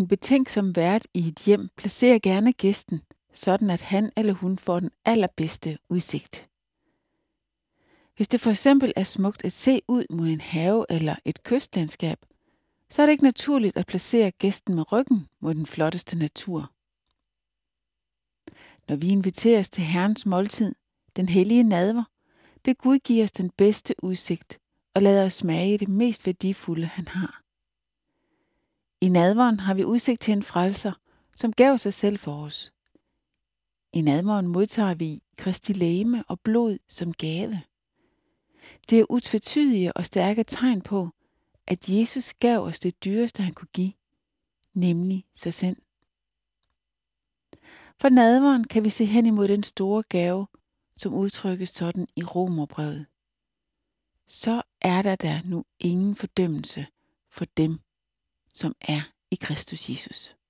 En betænksom vært i et hjem placerer gerne gæsten, sådan at han eller hun får den allerbedste udsigt. Hvis det for eksempel er smukt at se ud mod en have eller et kystlandskab, så er det ikke naturligt at placere gæsten med ryggen mod den flotteste natur. Når vi inviteres til Herrens måltid, den hellige nadver, vil Gud give os den bedste udsigt og lade os smage det mest værdifulde, han har. I nadveren har vi udsigt til en frelser, som gav sig selv for os. I nadveren modtager vi Kristi legeme og blod som gave. Det er utvetydige og stærke tegn på, at Jesus gav os det dyreste, han kunne give, nemlig sig selv. For nadveren kan vi se hen imod den store gave, som udtrykkes sådan i Romerbrevet. Så er der nu ingen fordømmelse for dem, som er i Kristus Jesus.